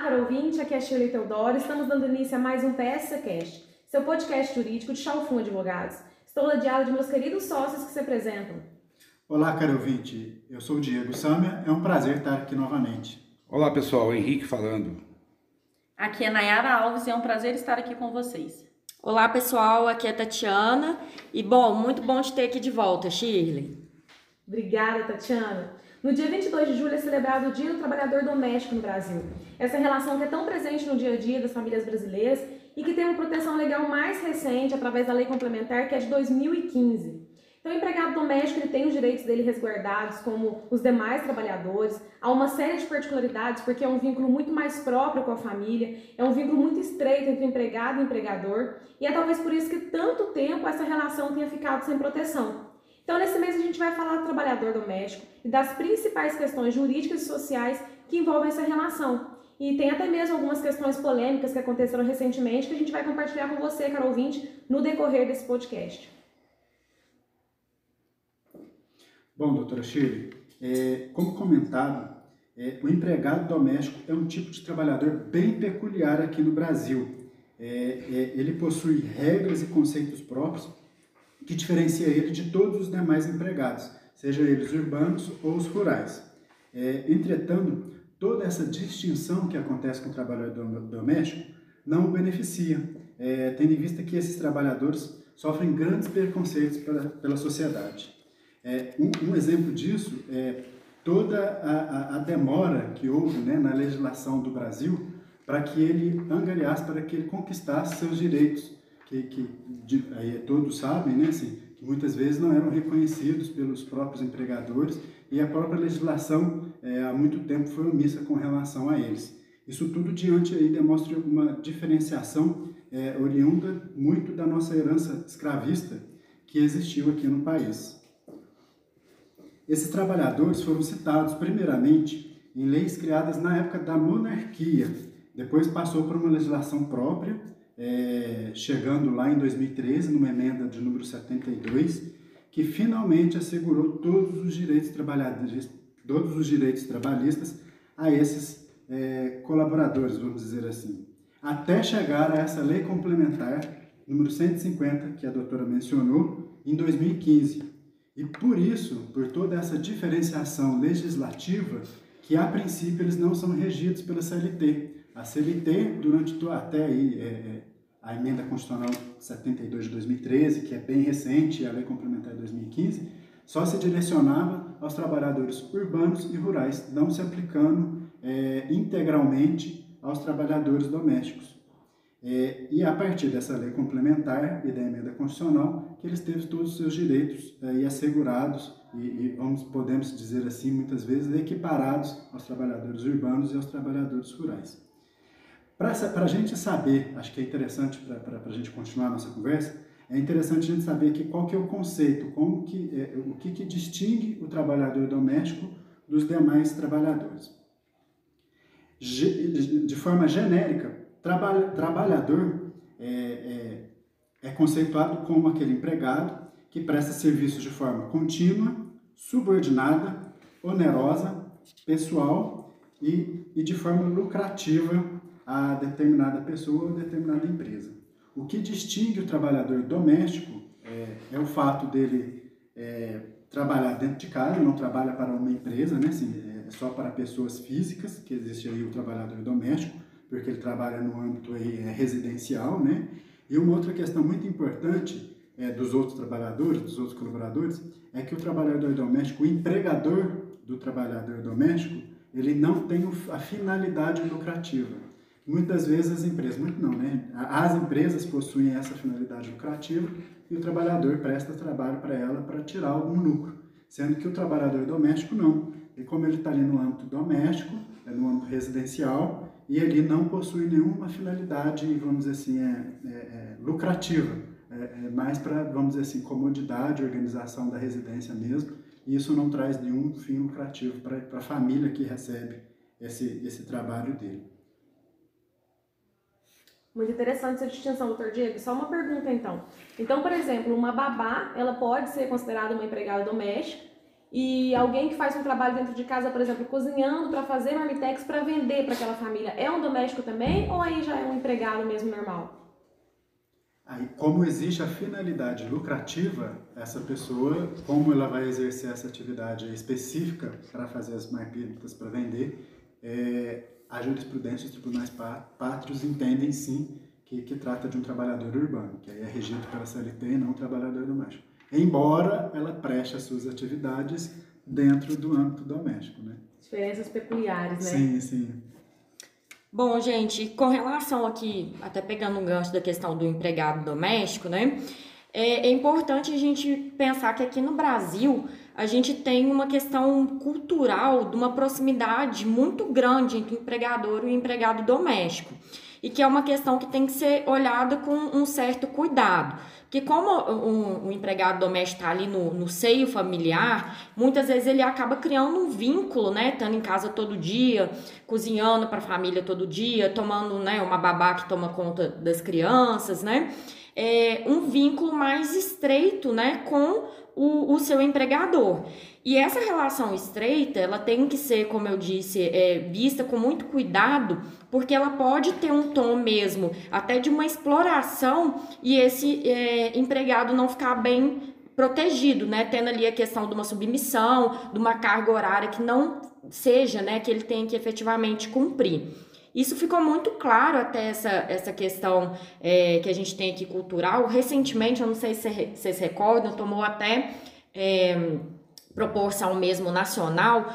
caro ouvinte, aqui é a Shirley Teodoro. Estamos dando início a mais um PSCast, seu podcast jurídico de Chalfun Advogados. Estou rodeada de meus queridos sócios que se apresentam. Olá, caro ouvinte. Eu sou o Diego Sâmia. É um prazer estar aqui novamente. Olá, pessoal. Henrique falando. Aqui é Nayara Alves e é um prazer estar aqui com vocês. Olá, pessoal. Aqui é Tatiana. E, muito bom te ter aqui de volta, Shirley. Obrigada, Tatiana. No dia 22 de julho é celebrado o Dia do Trabalhador Doméstico no Brasil. Essa relação que é tão presente no dia a dia das famílias brasileiras e que tem uma proteção legal mais recente através da lei complementar, que é de 2015. Então, o empregado doméstico ele tem os direitos dele resguardados, como os demais trabalhadores. Há uma série de particularidades, porque é um vínculo muito mais próprio com a família, é um vínculo muito estreito entre empregado e empregador, e é talvez por isso que tanto tempo essa relação tenha ficado sem proteção. Então, nesse mês a gente vai falar do trabalhador doméstico e das principais questões jurídicas e sociais que envolvem essa relação. E tem até mesmo algumas questões polêmicas que aconteceram recentemente que a gente vai compartilhar com você, caro ouvinte, no decorrer desse podcast. Bom, doutora Shirley, como comentado, o empregado doméstico é um tipo de trabalhador bem peculiar aqui no Brasil. Ele possui regras e conceitos próprios que diferencia ele de todos os demais empregados, sejam eles urbanos ou os rurais. Entretanto, toda essa distinção que acontece com o trabalhador doméstico não o beneficia, tendo em vista que esses trabalhadores sofrem grandes preconceitos pela sociedade. Um exemplo disso é toda a demora que houve, né, na legislação do Brasil para que ele angariasse, para que ele conquistasse seus direitos, aí todos sabem, né, assim, que muitas vezes não eram reconhecidos pelos próprios empregadores e a própria legislação há muito tempo foi omissa com relação a eles. Isso tudo diante aí demonstra uma diferenciação oriunda muito da nossa herança escravista que existiu aqui no país. Esses trabalhadores foram citados primeiramente em leis criadas na época da monarquia, depois passou por uma legislação própria, chegando lá em 2013, numa emenda de número 72, que finalmente assegurou todos os direitos trabalhistas a esses colaboradores, vamos dizer assim, até chegar a essa lei complementar, número 150, que a doutora mencionou, em 2015. E por isso, por toda essa diferenciação legislativa, que a princípio eles não são regidos pela CLT. A CLT, até aí, a emenda constitucional 72 de 2013, que é bem recente, e a lei complementar de 2015, só se direcionava aos trabalhadores urbanos e rurais, não se aplicando integralmente aos trabalhadores domésticos. E a partir dessa lei complementar e da emenda constitucional, que eles teve todos os seus direitos assegurados e podemos dizer assim, muitas vezes, equiparados aos trabalhadores urbanos e aos trabalhadores rurais. Para a gente saber, acho que é interessante para a gente continuar a nossa conversa, é interessante a gente saber qual que é o conceito, o que distingue o trabalhador doméstico dos demais trabalhadores. De forma genérica, trabalhador é conceituado como aquele empregado que presta serviços de forma contínua, subordinada, onerosa, pessoal e de forma lucrativa a determinada pessoa ou determinada empresa. O que distingue o trabalhador doméstico é o fato dele trabalhar dentro de casa, não trabalha para uma empresa, né? Assim, é só para pessoas físicas, que existe aí o trabalhador doméstico, porque ele trabalha no âmbito residencial, né? E uma outra questão muito importante dos outros trabalhadores, dos outros colaboradores, é que o trabalhador doméstico, o empregador do trabalhador doméstico, ele não tem a finalidade lucrativa. Muitas vezes as empresas, as empresas possuem essa finalidade lucrativa e o trabalhador presta trabalho para ela para tirar algum lucro, sendo que o trabalhador doméstico não. E como ele está ali no âmbito doméstico, no âmbito residencial, e ele não possui nenhuma finalidade, vamos dizer assim, lucrativa, mais para, vamos dizer assim, comodidade, organização da residência mesmo, e isso não traz nenhum fim lucrativo para a família que recebe esse trabalho dele. Muito interessante essa distinção, doutor Diego. Só uma pergunta, então. Então, por exemplo, uma babá, ela pode ser considerada uma empregada doméstica e alguém que faz um trabalho dentro de casa, por exemplo, cozinhando para fazer marmitex para vender para aquela família, é um doméstico também ou aí já é um empregado mesmo normal? Aí, como existe a finalidade lucrativa, essa pessoa, como ela vai exercer essa atividade específica para fazer as marmitas para vender, a jurisprudência dos tribunais pátrios entendem sim que trata de um trabalhador urbano, que aí é regido pela CLT e não um trabalhador doméstico. Embora ela preste as suas atividades dentro do âmbito doméstico, né? Diferenças peculiares, né? Sim, sim. Bom, gente, com relação aqui, até pegando um gancho da questão do empregado doméstico, né? É importante a gente pensar que aqui no Brasil a gente tem uma questão cultural de uma proximidade muito grande entre o empregador e o empregado doméstico. E que é uma questão que tem que ser olhada com um certo cuidado. Porque como o empregado doméstico está ali no seio familiar, muitas vezes ele acaba criando um vínculo, né? Estando em casa todo dia, cozinhando para a família todo dia, tomando, né, uma babá que toma conta das crianças, né? Um vínculo mais estreito, né, com o seu empregador. E essa relação estreita, ela tem que ser, como eu disse, vista com muito cuidado, porque ela pode ter um tom mesmo, até de uma exploração, e esse empregado não ficar bem protegido, né, tendo ali a questão de uma submissão, de uma carga horária que não seja, né, que ele tem que efetivamente cumprir. Isso ficou muito claro até essa questão que a gente tem aqui cultural. Recentemente, eu não sei se vocês recordam, tomou até proporção mesmo nacional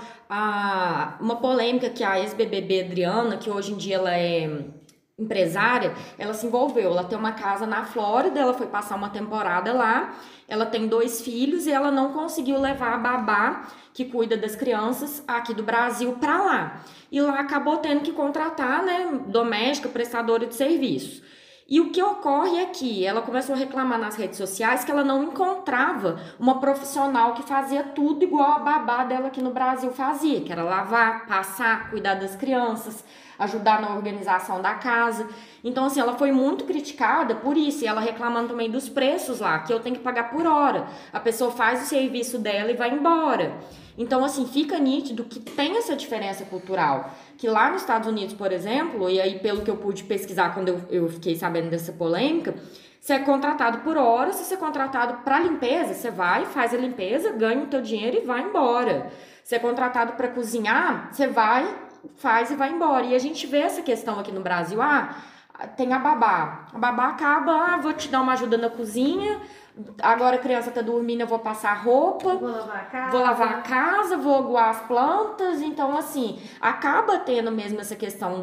uma polêmica que a ex-BBB Adriana, que hoje em dia ela é empresária, ela se envolveu. Ela tem uma casa na Flórida, ela foi passar uma temporada lá, ela tem 2 filhos e ela não conseguiu levar a babá que cuida das crianças aqui do Brasil para lá. E lá acabou tendo que contratar, né, doméstica, prestadora de serviço. E o que ocorre é que ela começou a reclamar nas redes sociais que ela não encontrava uma profissional que fazia tudo igual a babá dela aqui no Brasil fazia, que era lavar, passar, cuidar das crianças, ajudar na organização da casa. Então, assim, ela foi muito criticada por isso, e ela reclamando também dos preços lá, que eu tenho que pagar por hora. A pessoa faz o serviço dela e vai embora. Então, assim, fica nítido que tem essa diferença cultural. Que lá nos Estados Unidos, por exemplo, e aí pelo que eu pude pesquisar quando eu fiquei sabendo dessa polêmica, você é contratado por hora, se você é contratado para limpeza, você vai, faz a limpeza, ganha o teu dinheiro e vai embora. Se é contratado para cozinhar, você vai, faz e vai embora. E a gente vê essa questão aqui no Brasil, tem a babá. A babá acaba, vou te dar uma ajuda na cozinha, agora a criança tá dormindo, eu vou passar roupa, Vou lavar a casa, vou aguar as plantas. Então, assim, acaba tendo mesmo essa questão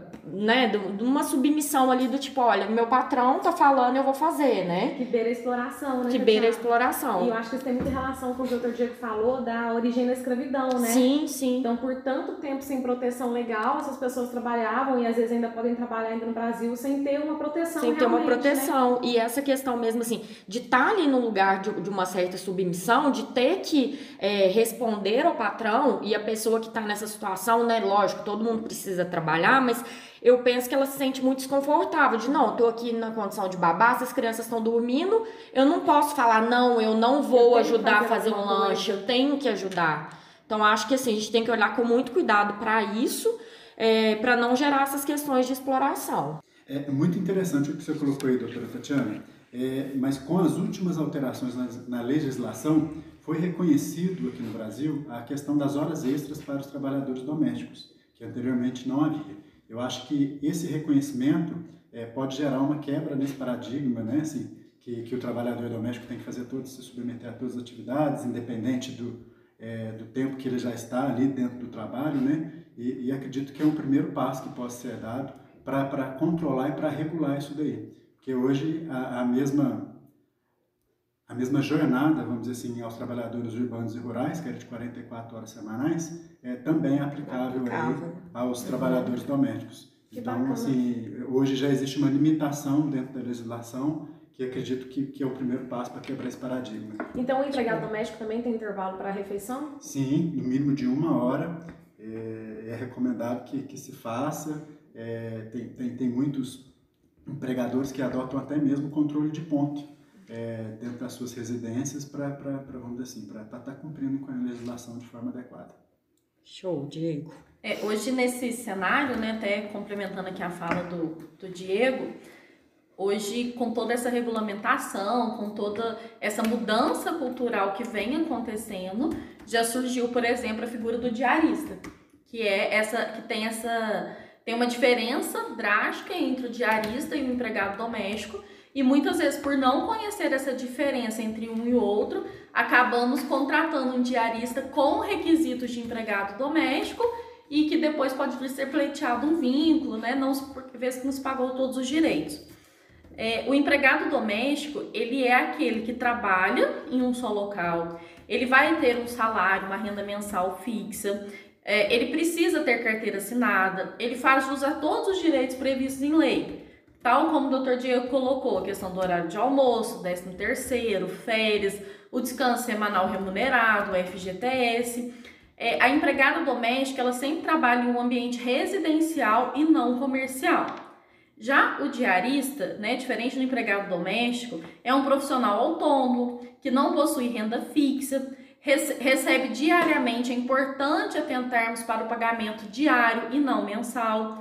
de uma submissão ali do tipo, olha, meu patrão tá falando, eu vou fazer, né? Que beira a exploração, né? Que beira a exploração. E eu acho que isso tem muita relação com o que o Dr. Diego falou da origem da escravidão, né? Sim, sim. Então, por tanto tempo sem proteção legal, essas pessoas trabalhavam e às vezes ainda podem trabalhar ainda no Brasil sem ter uma proteção sem ter uma realmente, proteção. né? E essa questão mesmo, assim, de estar ali no lugar de uma certa submissão, de ter que responder ao patrão e a pessoa que está nessa situação, né? Lógico, todo mundo precisa trabalhar, mas eu penso que ela se sente muito desconfortável, de não, tô aqui na condição de babá, se as crianças estão dormindo, eu não posso falar, não, eu não vou ajudar a fazer um lanche, eu tenho que ajudar. Então, acho que assim, a gente tem que olhar com muito cuidado para isso, para não gerar essas questões de exploração. É muito interessante o que você colocou aí, doutora Tatiana, mas com as últimas alterações na legislação, foi reconhecido aqui no Brasil a questão das horas extras para os trabalhadores domésticos, que anteriormente não havia. Eu acho que esse reconhecimento pode gerar uma quebra nesse paradigma, né? Assim, que o trabalhador doméstico tem que se submeter a todas as atividades, independente do tempo que ele já está ali dentro do trabalho, né? E acredito que é um primeiro passo que pode ser dado para controlar e para regular isso daí. Porque hoje a mesma jornada, vamos dizer assim, aos trabalhadores urbanos e rurais, que era de 44 horas semanais, também é aplicável aí aos trabalhadores domésticos. Então, assim, hoje já existe uma limitação dentro da legislação que acredito que é o primeiro passo para quebrar esse paradigma. Então, o empregado doméstico também tem intervalo para a refeição? Sim, no mínimo de 1 hora é recomendado que se faça. Tem muitos empregadores que adotam até mesmo controle de ponto. dentro das suas residências para vamos dizer assim, para estar cumprindo com a legislação de forma adequada. Show, Diego. Hoje nesse cenário, né, até complementando aqui a fala do Diego, hoje com toda essa regulamentação, com toda essa mudança cultural que vem acontecendo, já surgiu, por exemplo, a figura do diarista, que tem uma diferença drástica entre o diarista e o empregado doméstico, e muitas vezes, por não conhecer essa diferença entre um e outro, acabamos contratando um diarista com requisitos de empregado doméstico e que depois pode vir ser pleiteado um vínculo, né? Não porque vê se nos pagou todos os direitos. O empregado doméstico, ele é aquele que trabalha em um só local, ele vai ter um salário, uma renda mensal fixa, ele precisa ter carteira assinada, ele faz jus a todos os direitos previstos em lei. Tal como o Dr. Diego colocou, a questão do horário de almoço, 13º, férias, o descanso semanal remunerado, o FGTS. A empregada doméstica, ela sempre trabalha em um ambiente residencial e não comercial. Já o diarista, né, diferente do empregado doméstico, é um profissional autônomo, que não possui renda fixa, recebe diariamente, é importante atentarmos para o pagamento diário e não mensal.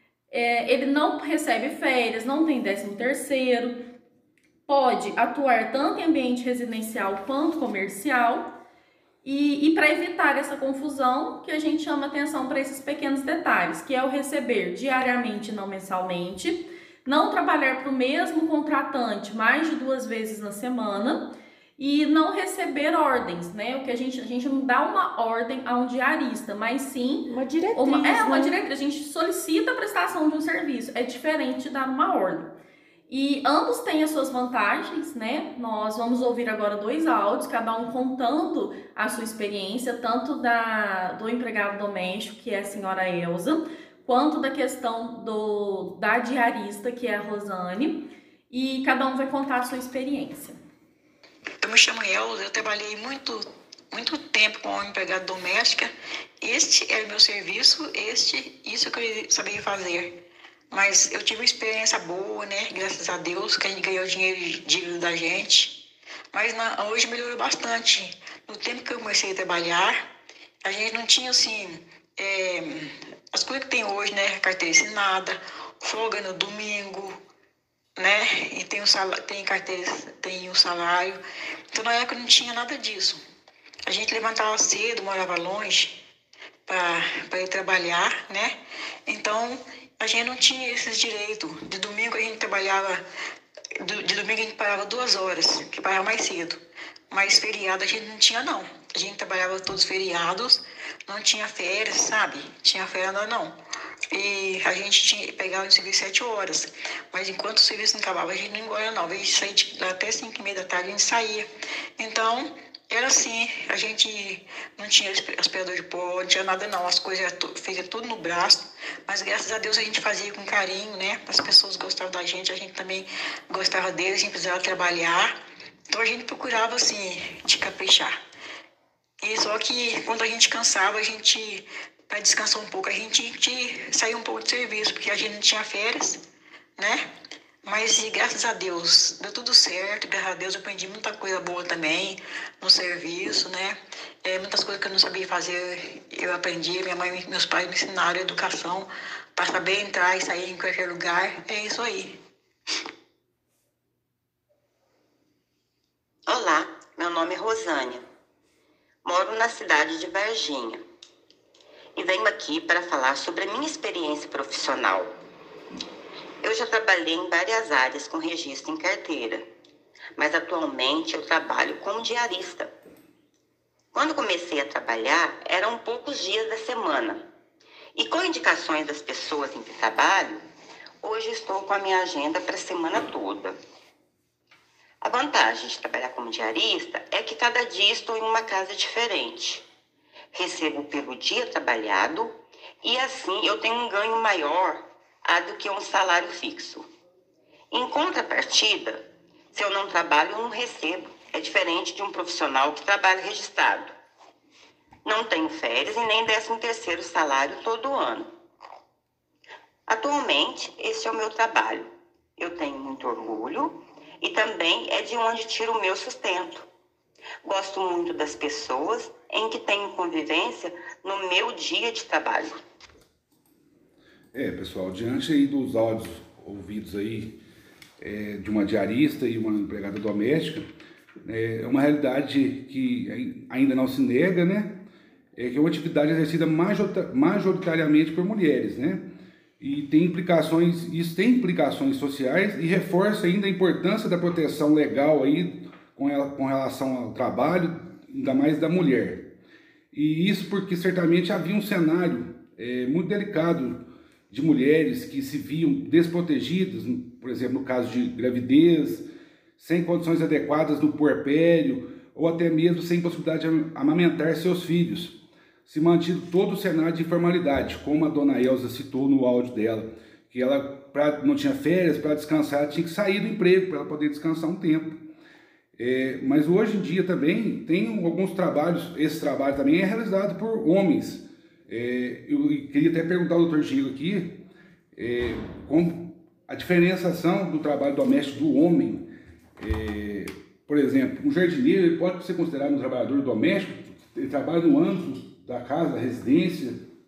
Ele não recebe férias, não tem 13º, pode atuar tanto em ambiente residencial quanto comercial e para evitar essa confusão, que a gente chama atenção para esses pequenos detalhes, que é o receber diariamente e não mensalmente, não trabalhar para o mesmo contratante mais de 2 vezes na semana e não receber ordens, né? O que a gente não dá uma ordem a um diarista, mas sim uma diretriz. Uma diretriz. A gente solicita a prestação de um serviço. É diferente de dar uma ordem. E ambos têm as suas vantagens, né? Nós vamos ouvir agora 2 áudios, cada um contando a sua experiência, tanto do empregado doméstico, que é a senhora Elza, quanto da questão da diarista, que é a Rosane. E cada um vai contar a sua experiência. Eu me chamo Elza, eu trabalhei muito tempo como empregada doméstica. Este era o meu serviço, isso que eu sabia fazer. Mas eu tive uma experiência boa, né? Graças a Deus, que a gente ganhou dinheiro de dívida da gente. Mas hoje melhorou bastante. No tempo que eu comecei a trabalhar, a gente não tinha, assim, as coisas que tem hoje, né? Carteira assinada, folga no domingo, né? E tem carteira, tem o salário. Então, na época, não tinha nada disso. A gente levantava cedo, morava longe para ir trabalhar, né? Então, a gente não tinha esses direitos. De domingo, a gente trabalhava... De domingo, a gente parava 2 horas, que parava mais cedo. Mas feriado, a gente não tinha, não. A gente trabalhava todos os feriados, não tinha férias, sabe? Tinha férias, não. E a gente pegava o serviço 7 horas. Mas enquanto o serviço não acabava, a gente não ia embora, não. A gente saía até 5h30 da tarde, a gente saía. Então, era assim, a gente não tinha aspirador de pó, não tinha nada, não. As coisas fazia tudo no braço. Mas graças a Deus a gente fazia com carinho, né? As pessoas gostavam da gente, a gente também gostava deles, a gente precisava trabalhar. Então a gente procurava, assim, de caprichar. E só que quando a gente cansava, para descansar um pouco, a gente saía um pouco de serviço, porque a gente não tinha férias, né? Mas graças a Deus, deu tudo certo, graças a Deus eu aprendi muita coisa boa também no serviço, né? Muitas coisas que eu não sabia fazer, eu aprendi, minha mãe e meus pais me ensinaram educação, para saber entrar e sair em qualquer lugar, é isso aí. Olá, meu nome é Rosânia, moro na cidade de Varginha e venho aqui para falar sobre a minha experiência profissional. Eu já trabalhei em várias áreas com registro em carteira, mas atualmente eu trabalho como diarista. Quando comecei a trabalhar, eram poucos dias da semana. E com indicações das pessoas em que trabalho, hoje estou com a minha agenda para a semana toda. A vantagem de trabalhar como diarista é que cada dia estou em uma casa diferente. Recebo pelo dia trabalhado e assim eu tenho um ganho maior do que um salário fixo. Em contrapartida, se eu não trabalho, eu não recebo. É diferente de um profissional que trabalha registrado. Não tenho férias e nem 13º salário todo ano. Atualmente, esse é o meu trabalho. Eu tenho muito orgulho e também é de onde tiro o meu sustento. Gosto muito das pessoas em que tenho convivência no meu dia de trabalho. Pessoal, diante aí dos áudios ouvidos aí de uma diarista e uma empregada doméstica, é uma realidade que ainda não se nega, né? Que é uma atividade exercida majoritariamente por mulheres, né? E isso tem implicações sociais e reforça ainda a importância da proteção legal aí com relação ao trabalho, ainda mais da mulher. E isso porque certamente havia um cenário muito delicado de mulheres que se viam desprotegidas, por exemplo, no caso de gravidez, sem condições adequadas no puerpério, ou até mesmo sem possibilidade de amamentar seus filhos, se mantido todo o cenário de informalidade, como a dona Elza citou no áudio dela, que ela não tinha férias, para descansar, ela tinha que sair do emprego para ela poder descansar um tempo. Mas hoje em dia também tem alguns trabalhos, esse trabalho também é realizado por homens. Eu queria até perguntar ao Dr. Gil aqui, como a diferenciação do trabalho doméstico do homem. Por exemplo, um jardineiro ele pode ser considerado um trabalhador doméstico, ele trabalha no âmbito da casa, da residência?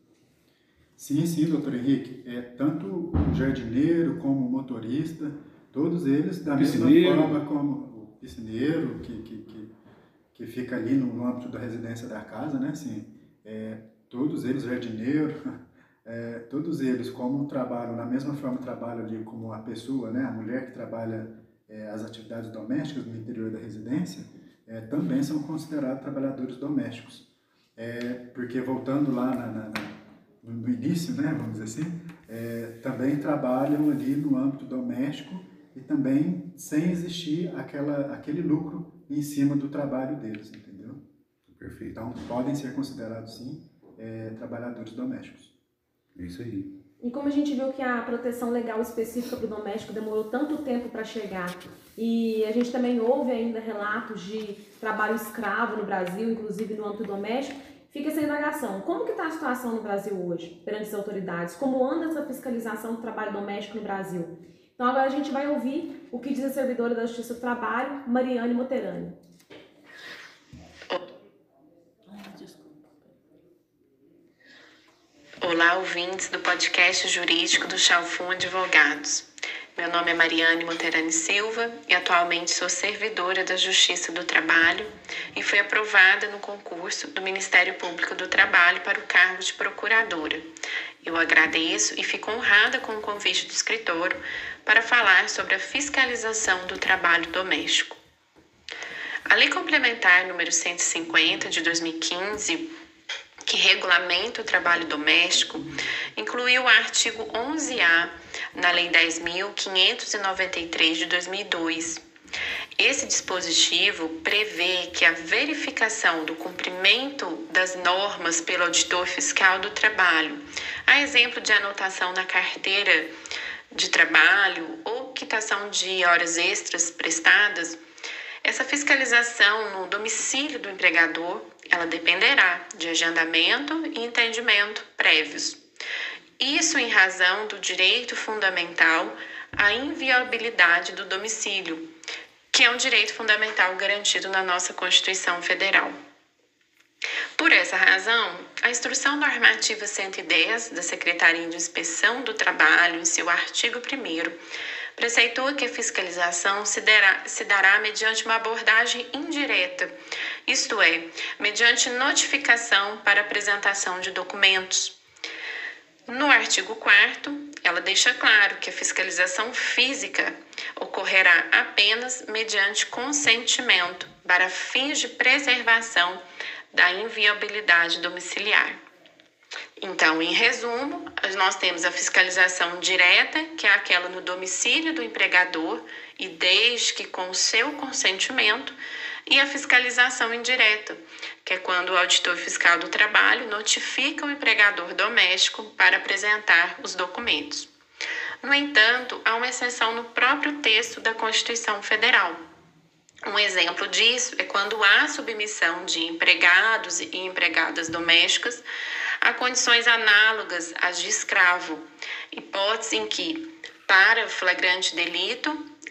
Sim, doutor Henrique. Tanto o jardineiro como o motorista, todos eles da mesma forma como o piscineiro, que fica ali no âmbito da residência da casa, né? Sim, todos eles, jardineiro, todos eles, como trabalham, da mesma forma trabalham ali como a pessoa, né? A mulher que trabalha as atividades domésticas no interior da residência, também são considerados trabalhadores domésticos. Porque voltando lá no início, né, vamos dizer assim, também trabalham ali no âmbito doméstico e também sem existir aquele lucro em cima do trabalho deles, entendeu? Perfeito. Então, podem ser considerados, sim, trabalhadores domésticos. É isso aí. E como a gente viu que a proteção legal específica para o doméstico demorou tanto tempo para chegar, e a gente também ouve ainda relatos de trabalho escravo no Brasil, inclusive no âmbito doméstico, fica essa indagação. Como que está a situação no Brasil hoje, perante as autoridades? Como anda essa fiscalização do trabalho doméstico no Brasil? Então agora a gente vai ouvir o que diz a servidora da Justiça do Trabalho, Mariane Moterani. Olá, ouvintes do podcast jurídico do Chalfon Advogados. Meu nome é Mariane Moterani Silva e atualmente sou servidora da Justiça do Trabalho e fui aprovada no concurso do Ministério Público do Trabalho para o cargo de procuradora. Eu agradeço e fico honrada com o convite do escritório para falar sobre a fiscalização do trabalho doméstico. A Lei Complementar número 150 de 2015, que regulamenta o trabalho doméstico, incluiu o artigo 11A na Lei 10.593 de 2002. Esse dispositivo prevê que a verificação do cumprimento das normas pelo auditor fiscal do trabalho, a exemplo de anotação na carteira de trabalho ou quitação de horas extras prestadas, essa fiscalização no domicílio do empregador, ela dependerá de agendamento e entendimento prévios. Isso em razão do direito fundamental à inviolabilidade do domicílio, que é um direito fundamental garantido na nossa Constituição Federal. Por essa razão, a Instrução Normativa 110 da Secretaria de Inspeção do Trabalho, em seu artigo 1º, preceitua que a fiscalização se dará mediante uma abordagem indireta, isto é, mediante notificação para apresentação de documentos. No artigo 4º, ela deixa claro que a fiscalização física ocorrerá apenas mediante consentimento para fins de preservação da inviolabilidade domiciliar. Então, em resumo, nós temos a fiscalização direta, que é aquela no domicílio do empregador e desde que com o seu consentimento, e a fiscalização indireta, que é quando o auditor fiscal do trabalho notifica o empregador doméstico para apresentar os documentos. No entanto, há uma exceção no próprio texto da Constituição Federal. Um exemplo disso é quando há submissão de empregados e empregadas domésticas a condições análogas às de escravo, hipótese em que, para flagrante delito,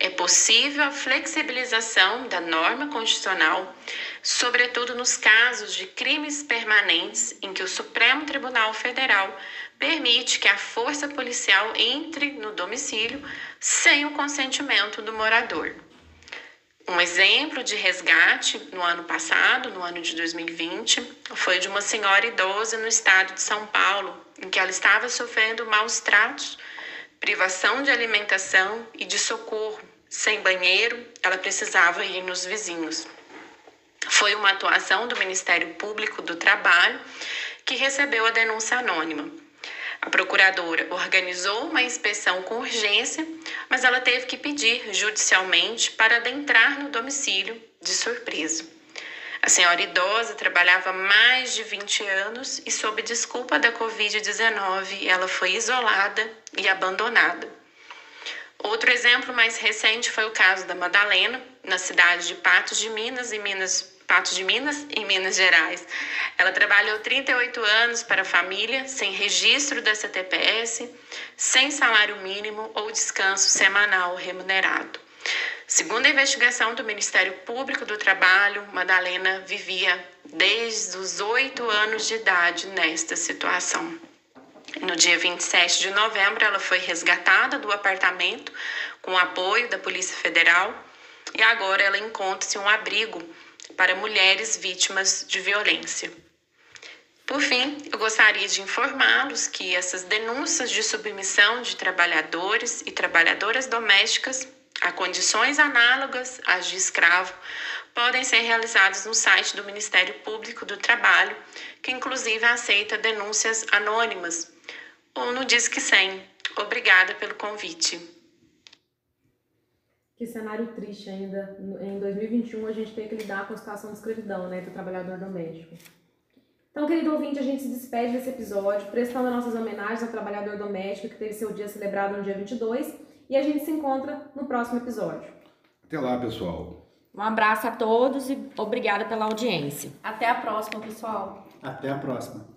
é possível a flexibilização da norma constitucional, sobretudo nos casos de crimes permanentes em que o Supremo Tribunal Federal permite que a força policial entre no domicílio sem o consentimento do morador. Um exemplo de resgate no ano passado, no ano de 2020, foi de uma senhora idosa no estado de São Paulo, em que ela estava sofrendo maus tratos, privação de alimentação e de socorro. Sem banheiro, ela precisava ir nos vizinhos. Foi uma atuação do Ministério Público do Trabalho que recebeu a denúncia anônima. A procuradora organizou uma inspeção com urgência, mas ela teve que pedir judicialmente para adentrar no domicílio de surpresa. A senhora idosa trabalhava há mais de 20 anos e, sob desculpa da Covid-19, ela foi isolada e abandonada. Outro exemplo mais recente foi o caso da Madalena, na cidade de Patos de Minas, em Minas Gerais. Ela trabalhou 38 anos para a família, sem registro da CTPS, sem salário mínimo ou descanso semanal remunerado. Segundo a investigação do Ministério Público do Trabalho, Madalena vivia desde os 8 anos de idade nesta situação. No dia 27 de novembro, ela foi resgatada do apartamento com o apoio da Polícia Federal e agora ela encontra-se um abrigo para mulheres vítimas de violência. Por fim, eu gostaria de informá-los que essas denúncias de submissão de trabalhadores e trabalhadoras domésticas a condições análogas às de escravo podem ser realizadas no site do Ministério Público do Trabalho, que inclusive aceita denúncias anônimas, ou no Disque 100. Obrigada pelo convite. Que cenário triste ainda. Em 2021 a gente tem que lidar com a situação de escravidão, né, do trabalhador doméstico. Então, querido ouvinte, a gente se despede desse episódio, prestando nossas homenagens ao trabalhador doméstico que teve seu dia celebrado no dia 22, e a gente se encontra no próximo episódio. Até lá, pessoal. Um abraço a todos e obrigada pela audiência. Até a próxima, pessoal. Até a próxima.